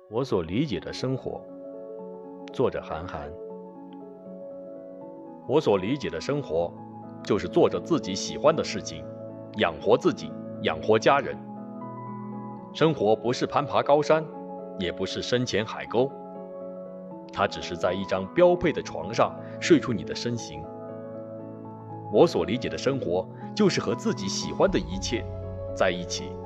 我所理解的生活，作者韩寒。我所理解的生活，就是做着自己喜欢的事情，养活自己，养活家人。生活不是攀爬高山，也不是深潜海沟，它只是在一张标配的床上睡出你的身形。我所理解的生活，就是和自己喜欢的一切在一起，